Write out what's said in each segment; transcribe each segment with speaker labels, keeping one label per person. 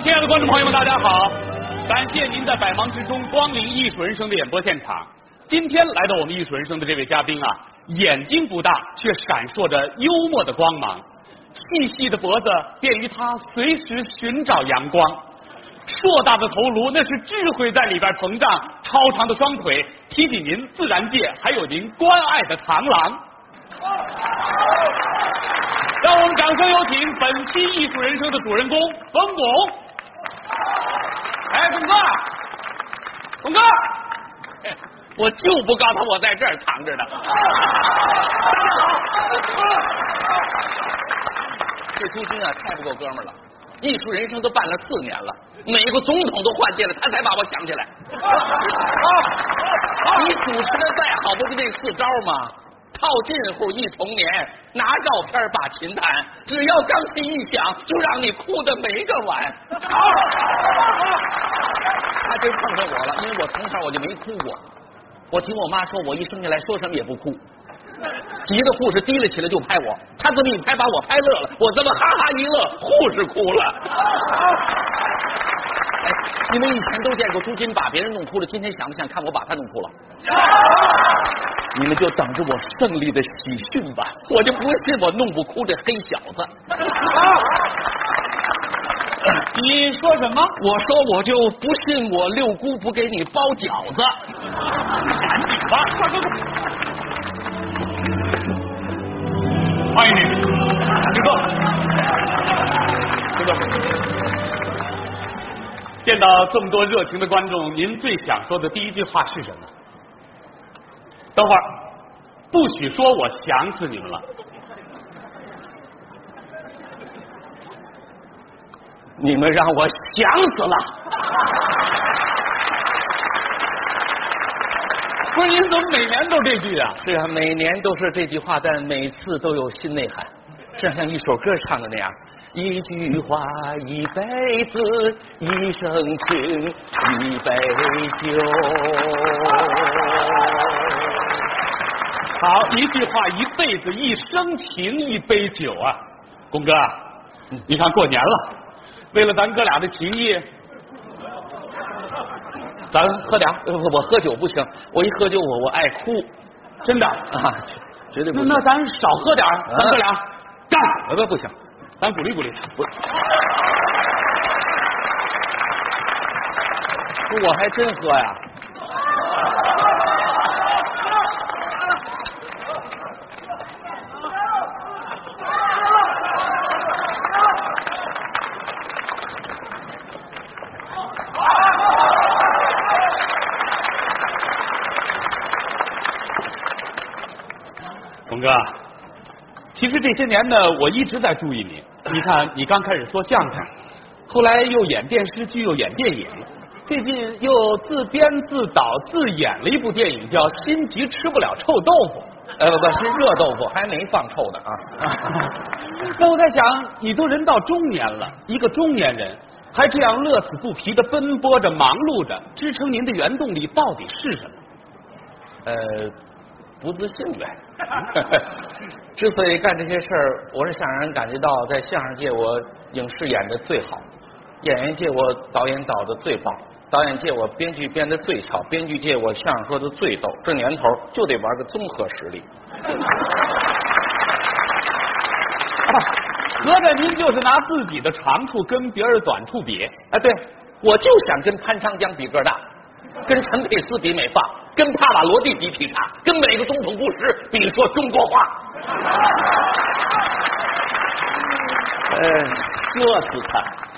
Speaker 1: 亲爱的观众朋友们，大家好！感谢您在百忙之中光临艺术人生的演播现场。今天来到我们艺术人生的这位嘉宾啊，眼睛不大，却闪烁着幽默的光芒。细细的脖子便于他随时寻找阳光。硕大的头颅，那是智慧在里边膨胀；超长的双腿，提起您自然界还有您关爱的螳螂。让我们掌声有请本期艺术人生的主人公冯巩。哎，巩哥，巩哥，
Speaker 2: 我就不告诉他我在这儿藏着呢。这朱军啊，太不够哥们儿了。艺术人生都办了4年了，每个总统都换届了，他才把我想起来。你主持的再好，不就这4招吗？套近乎忆童年，拿照片把琴弹，只要钢琴一响，就让你哭的没个完。他真碰上我了，因为我从小我就没哭过。我听我妈说，我一生下来说什么也不哭。急的护士提了起来就拍我，他这么一拍把我拍乐了，我这么哈哈一乐，护士哭了。哎，你们以前都见过朱军把别人弄哭了，今天想不想看我把他弄哭了？你们就等着我胜利的喜讯吧，我就不信我弄不哭这黑小子。
Speaker 1: 你说什么？
Speaker 2: 我说我就不信我六姑不给你包饺子。
Speaker 1: 赶紧吧，快快快！欢迎你，请坐。请坐。见到这么多热情的观众，您最想说的第一句话是什么？等会儿，不许说我想死你们了。
Speaker 2: 你们让我想死了。
Speaker 1: 不是，您怎么每年都这句啊？
Speaker 2: 是啊，每年都是这句话，但每次都有新内涵，这像一首歌唱的那样。一句话，一辈子，一生情，一杯酒。
Speaker 1: 好，一句话，一辈子，一生情，一杯酒啊！龚哥，你看过年了，为了咱哥俩的情谊，
Speaker 2: 咱喝点。我喝酒不行，我一喝酒我爱哭，
Speaker 1: 真的
Speaker 2: 啊，绝对不行。
Speaker 1: 那咱少喝点，咱哥俩干！
Speaker 2: 不行，
Speaker 1: 咱鼓励鼓励。
Speaker 2: 我还真喝呀。
Speaker 1: 董哥，其实这些年呢，我一直在注意你。你看，你刚开始说相声，后来又演电视剧，又演电影，最近又自编自导自演了一部电影，叫《心急吃不了臭豆腐》。
Speaker 2: 不是热豆腐，还没放臭呢啊！
Speaker 1: 那我在想，你都人到中年了，一个中年人还这样乐此不疲的奔波着、忙碌着，支撑您的原动力到底是什么？
Speaker 2: 不自信呗。之所以干这些事儿，我是想让人感觉到，在相声界我影视演的最好，演员界我导演导的最棒，导演界我编剧编的最巧，编剧界我相声说的最逗。这年头就得玩个综合实力。
Speaker 1: 合着您就是拿自己的长处跟别人短处比？
Speaker 2: 啊，对，我就想跟潘长江比个大，跟陈佩斯比美发，跟帕瓦罗蒂比劈叉，跟每个总统布什比说中国话。说死他！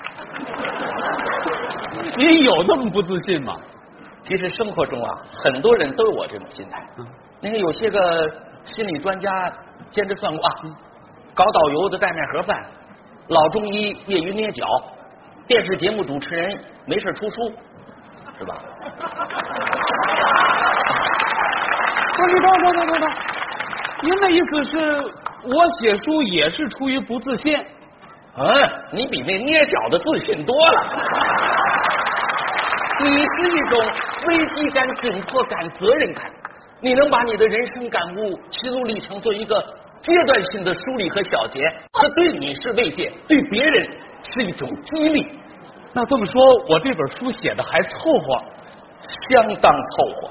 Speaker 1: 您有这么不自信吗？
Speaker 2: 其实生活中啊，很多人都有我这种心态。你看有些个心理专家兼着算卦，搞导游的带卖盒饭，老中医业余捏脚，电视节目主持人没事出书，是吧？
Speaker 1: 你等，您的意思是我写书也是出于不自信？
Speaker 2: 你比那捏脚的自信多了。你是一种危机感、紧迫感、责任感，你能把你的人生感悟、心路历程做一个阶段性的梳理和小结，这对你是慰藉，对别人是一种激励。
Speaker 1: 那这么说，我这本书写的还凑合，
Speaker 2: 相当凑合。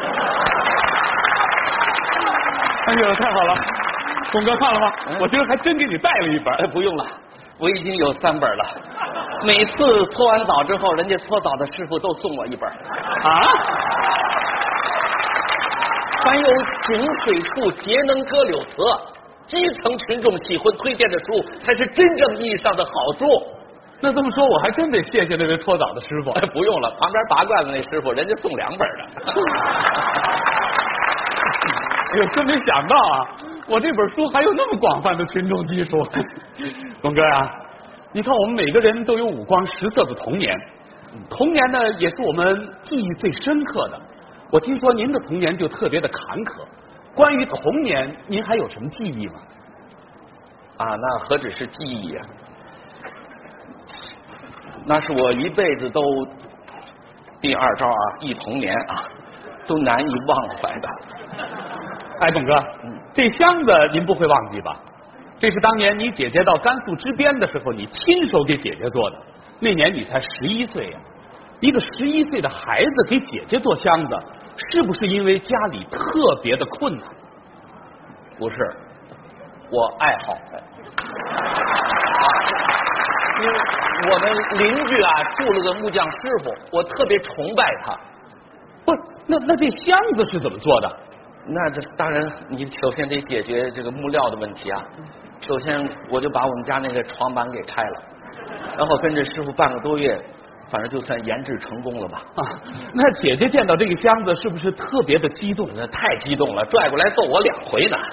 Speaker 1: 哎呦，太好了！董哥看了吗？我今儿还真给你带了一本。
Speaker 2: 不用了，我已经有3本了。每次搓完澡之后，人家搓澡的师傅都送我一本。
Speaker 1: 啊？
Speaker 2: 凡有井水处节能歌柳词，基层群众喜欢推荐的书，才是真正意义上的好书。
Speaker 1: 那这么说，我还真得谢谢那位搓澡的师傅。
Speaker 2: 不用了，旁边拔罐子那师傅，人家送2本的。
Speaker 1: 哎呦，真没想到啊！我这本书还有那么广泛的群众基础。董哥啊，你看我们每个人都有5光10色的童年，童年呢也是我们记忆最深刻的。我听说您的童年就特别的坎坷，关于童年，您还有什么记忆吗？
Speaker 2: 啊，那何止是记忆啊，那是我一辈子都第2招啊，忆童年啊，都难以忘怀的。
Speaker 1: 哎，董哥，这箱子您不会忘记吧？这是当年你姐姐到甘肃支边的时候，你亲手给姐姐做的。那年你才11岁呀，一个11岁的孩子给姐姐做箱子，是不是因为家里特别的困难？
Speaker 2: 不是，我爱好。因为我们邻居啊住了个木匠师傅，我特别崇拜他。
Speaker 1: 不是，那这箱子是怎么做的？
Speaker 2: 那这当然，你首先得解决这个木料的问题啊。首先，我就把我们家那个床板给拆了，然后跟着师傅半个多月，反正就算研制成功了吧。
Speaker 1: 啊，那姐姐见到这个箱子是不是特别的激动？
Speaker 2: 那太激动了，拽过来揍我2回呢。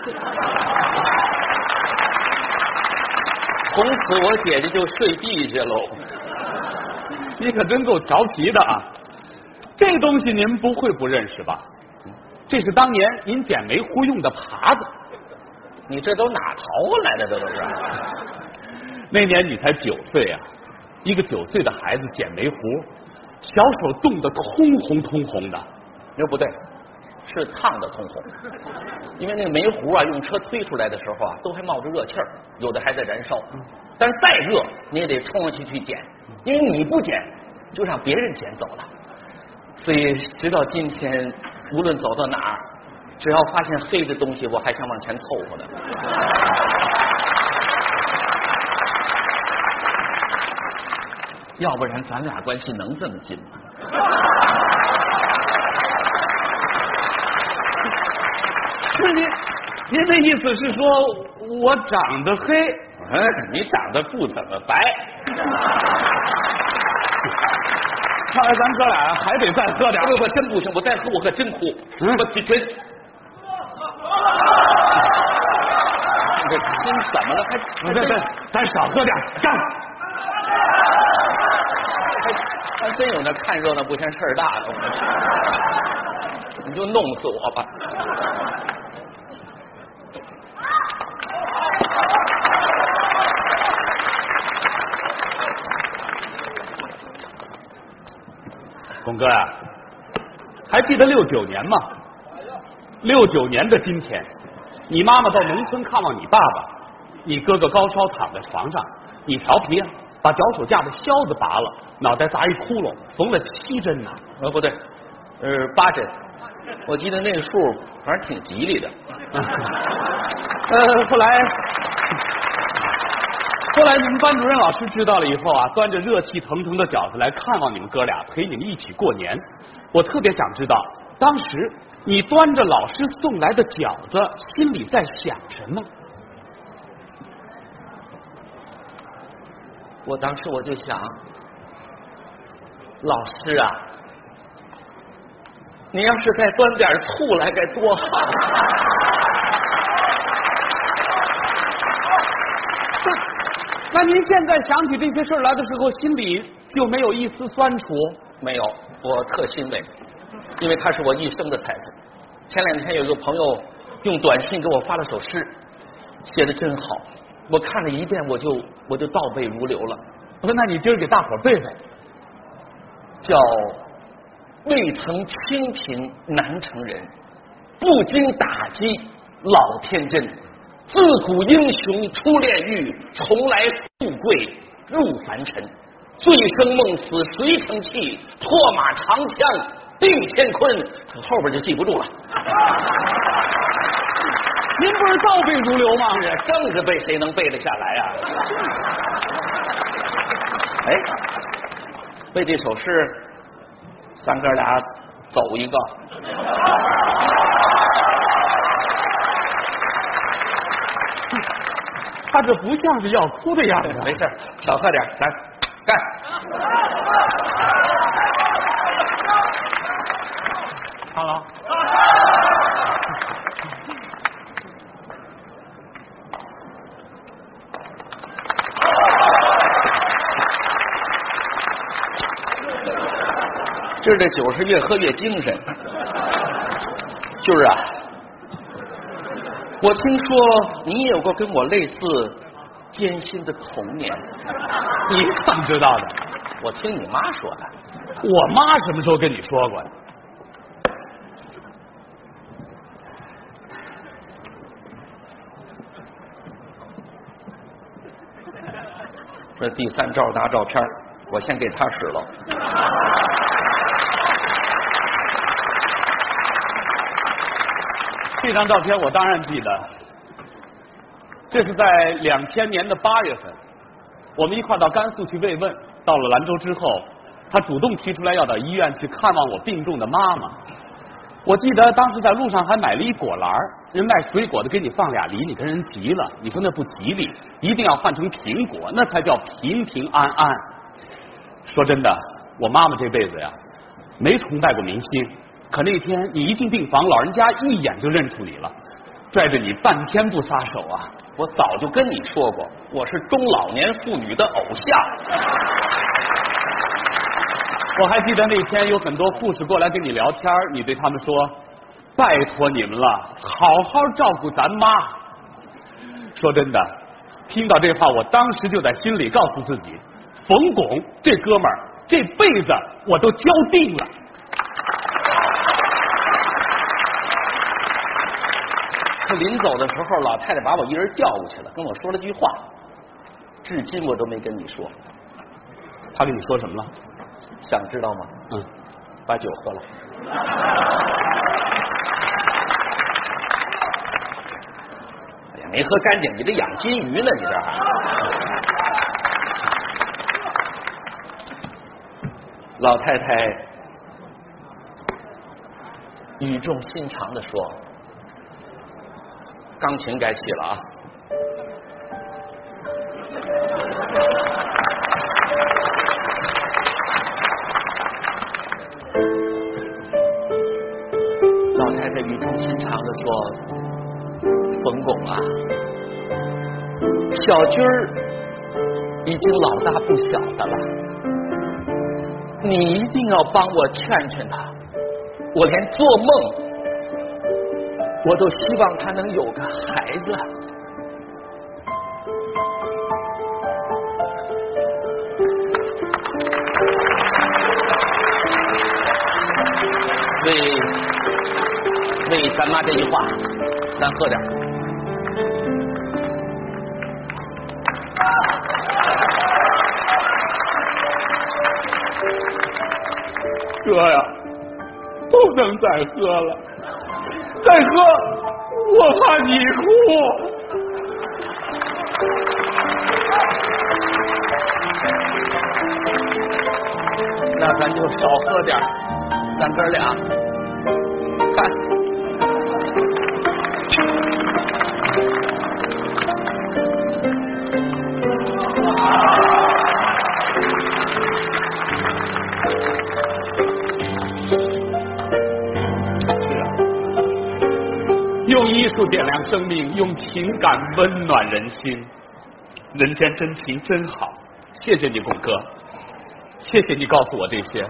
Speaker 2: 从此我姐姐就睡地下喽。
Speaker 1: 你可真够调皮的啊！这东西您不会不认识吧？这是当年您捡煤糊用的耙子。
Speaker 2: 你这都哪淘过来的？这都是。
Speaker 1: 那年你才9岁啊，一个9岁的孩子捡煤糊，小手冻得通红通红的。
Speaker 2: 又不对，是烫的通红。因为那个煤糊啊，用车推出来的时候啊，都还冒着热气儿，有的还在燃烧。但是再热，你也得冲上去捡，因为你不捡，就让别人捡走了。所以直到今天，无论走到哪儿，只要发现黑的东西，我还想往前凑合呢。要不然咱俩关系能这么近吗？
Speaker 1: 不是您的意思是说我长得黑？
Speaker 2: 你长得不怎么白。
Speaker 1: 看来咱哥俩还得再喝点。
Speaker 2: 不，真不行，我再喝我可真哭。我腿腿。这心怎么了？
Speaker 1: 咱少喝点，上。
Speaker 2: 还真有那看热闹不嫌事儿大的，你就弄死我吧。
Speaker 1: 龚哥呀，还记得69年吗？69年的今天，你妈妈到农村看望你爸爸，你哥哥高烧躺在床上，你调皮啊，把脚手架的销子拔了，脑袋砸一窟窿，缝了7针呢。
Speaker 2: 不对，8针。我记得那个数反正挺吉利的。
Speaker 1: 后来你们班主任老师知道了以后啊，端着热气腾腾的饺子来看望你们哥俩，陪你们一起过年。我特别想知道，当时你端着老师送来的饺子，心里在想什么？
Speaker 2: 我当时我就想，老师啊，你要是再端点醋来该多好。
Speaker 1: 那您现在想起这些事儿来的时候，心里就没有一丝酸楚？
Speaker 2: 没有，我特欣慰，因为他是我一生的财富。前2天有一个朋友用短信给我发了首诗，写的真好，我看了一遍，我就倒背如流了。
Speaker 1: 我说，那你今儿给大伙儿背背，
Speaker 2: 叫未曾清贫难成人，不经打击老天真。自古英雄出炼狱，重来富贵入凡尘。 醉生梦死谁成器，破马长枪定乾坤，后边就记不住了。
Speaker 1: 您不是倒背如流吗？
Speaker 2: 是啊，正是背，谁能背得下来啊？哎，背这首诗，咱哥俩走一个。
Speaker 1: 他这不像是要哭的样子。
Speaker 2: 没事，少喝点，咱干。
Speaker 1: 好了。
Speaker 2: 今儿这酒是越喝越精神。就是啊，我听说你也有过跟我类似艰辛的童年。
Speaker 1: 你怎么知道的？
Speaker 2: 我听你妈说的。
Speaker 1: 我妈什么时候跟你说过的？
Speaker 2: 这第3招拿照片，我先给他使了。
Speaker 1: 这张照片我当然记得，这是在2000年的8月份，我们一块到甘肃去慰问。到了兰州之后，他主动提出来要到医院去看望我病重的妈妈。我记得当时在路上还买了一果篮，人卖水果的给你放俩梨，你跟人急了，你说那不吉利，一定要换成苹果，那才叫平平安安。说真的，我妈妈这辈子呀，没崇拜过明星。可那天你一进病房，老人家一眼就认出你了，拽着你半天不撒手啊！
Speaker 2: 我早就跟你说过，我是中老年妇女的偶像。
Speaker 1: 我还记得那天有很多护士过来跟你聊天，你对他们说：“拜托你们了，好好照顾咱妈。”说真的，听到这话，我当时就在心里告诉自己，冯巩这哥们儿这辈子我都交定了。
Speaker 2: 临走的时候，老太太把我一人叫过去了，跟我说了句话，至今我都没跟你说。
Speaker 1: 他跟你说什么了？
Speaker 2: 想知道吗？
Speaker 1: 嗯，
Speaker 2: 把酒喝了。哎呀，没喝干净，你这养金鱼呢？你这老太太语重心长地说。钢琴该起了啊！老太太语重心长地说：“冯巩啊，小军儿已经老大不小的了，你一定要帮我劝劝他。我连做梦。”我都希望他能有个孩子。为咱妈这句话，咱喝点。
Speaker 1: 哥呀，不能再喝了。再喝，我怕你哭。
Speaker 2: 那咱就少喝点，咱哥俩看。
Speaker 1: 用艺术点亮生命，用情感温暖人心，人间真情真好。谢谢你，巩哥，谢谢你告诉我这些。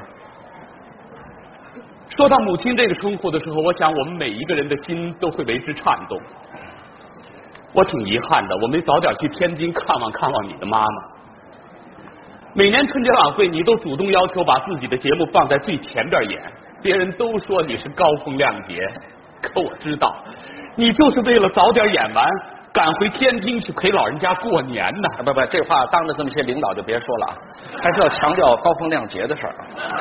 Speaker 1: 说到母亲这个称呼的时候，我想我们每一个人的心都会为之颤动。我挺遗憾的，我没早点去天津看望你的妈妈。每年春节晚会，你都主动要求把自己的节目放在最前边演，别人都说你是高风亮节，可我知道，你就是为了早点演完， 赶回天津去陪老人家过年呢。
Speaker 2: 不，这话当着这么些领导就别说了啊，还是要强调高风亮节的事儿。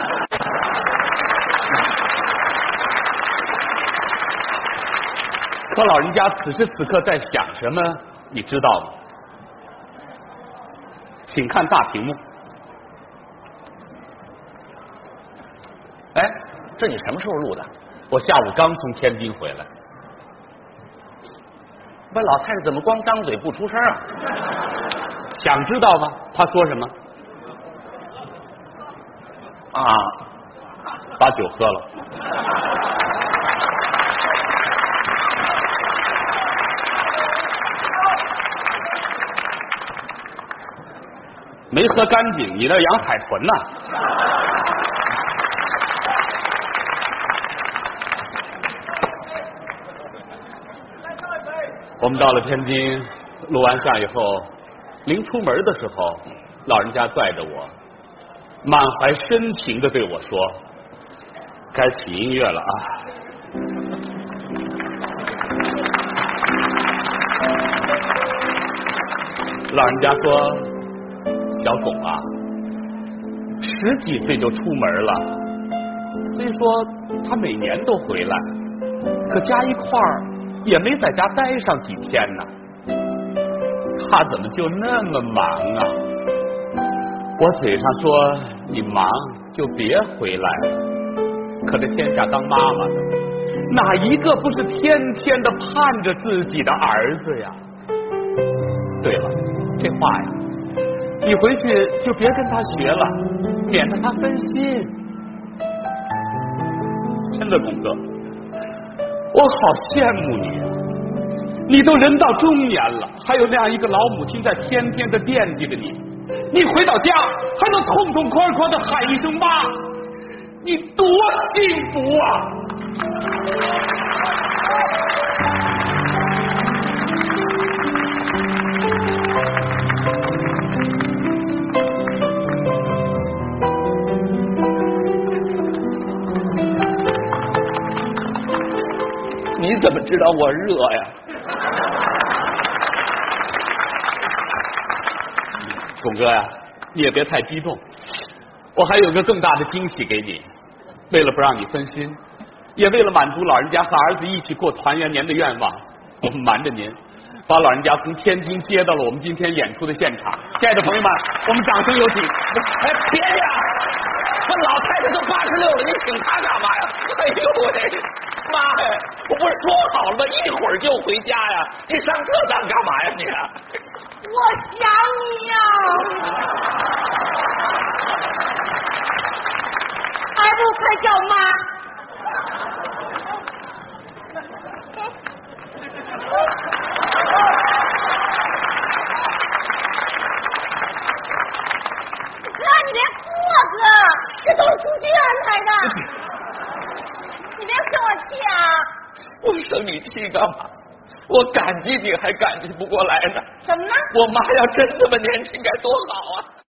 Speaker 1: 可老人家此时此刻在想什么，你知道吗？请看大屏幕。
Speaker 2: 哎，这你什么时候录的？
Speaker 1: 我下午刚从天津回来。
Speaker 2: 不，老太太怎么光张嘴不出声啊？
Speaker 1: 想知道吗？她说什么？
Speaker 2: 啊，
Speaker 1: 把酒喝了。没喝干净，你那养海豚呢？我们到了天津，录完像以后，临出门的时候，老人家拽着我，满怀深情的对我说：“该起音乐了啊！”老人家说：“小巩啊，10几岁就出门了，虽说他每年都回来，可加一块儿也没在家待上几天呢。他怎么就那么忙啊？”我嘴上说你忙就别回来了，可这天下当妈妈的，哪一个不是天天的盼着自己的儿子呀？对了，这话呀，你回去就别跟他学了，免得他分心。真的，巩哥，我好羡慕你啊！你都人到中年了，还有那样一个老母亲在天天的惦记着你，你回到家还能痛痛快快的喊一声妈，你多幸福啊！
Speaker 2: 你怎么知道我热呀？
Speaker 1: 巩哥呀，你也别太激动，我还有个更大的惊喜给你。为了不让你分心，也为了满足老人家和儿子一起过团圆年的愿望，我们瞒着您，把老人家从天津接到了我们今天演出的现场。亲爱的朋友们，我们掌声有请。
Speaker 2: 哎，别介，这老太太都86了，你请她干嘛呀？哎呦喂，妈呀！我不是说好了吗？一会儿就回家呀！你上这当干嘛呀你？
Speaker 3: 我想你呀，还不快叫妈？哥，你别哭啊，哥，这都是出去安排的，你别生我气啊！
Speaker 2: 我生你气干嘛？我感激你还感激不过来呢。
Speaker 3: 怎么呢？
Speaker 2: 我妈要真那么年轻该多好啊！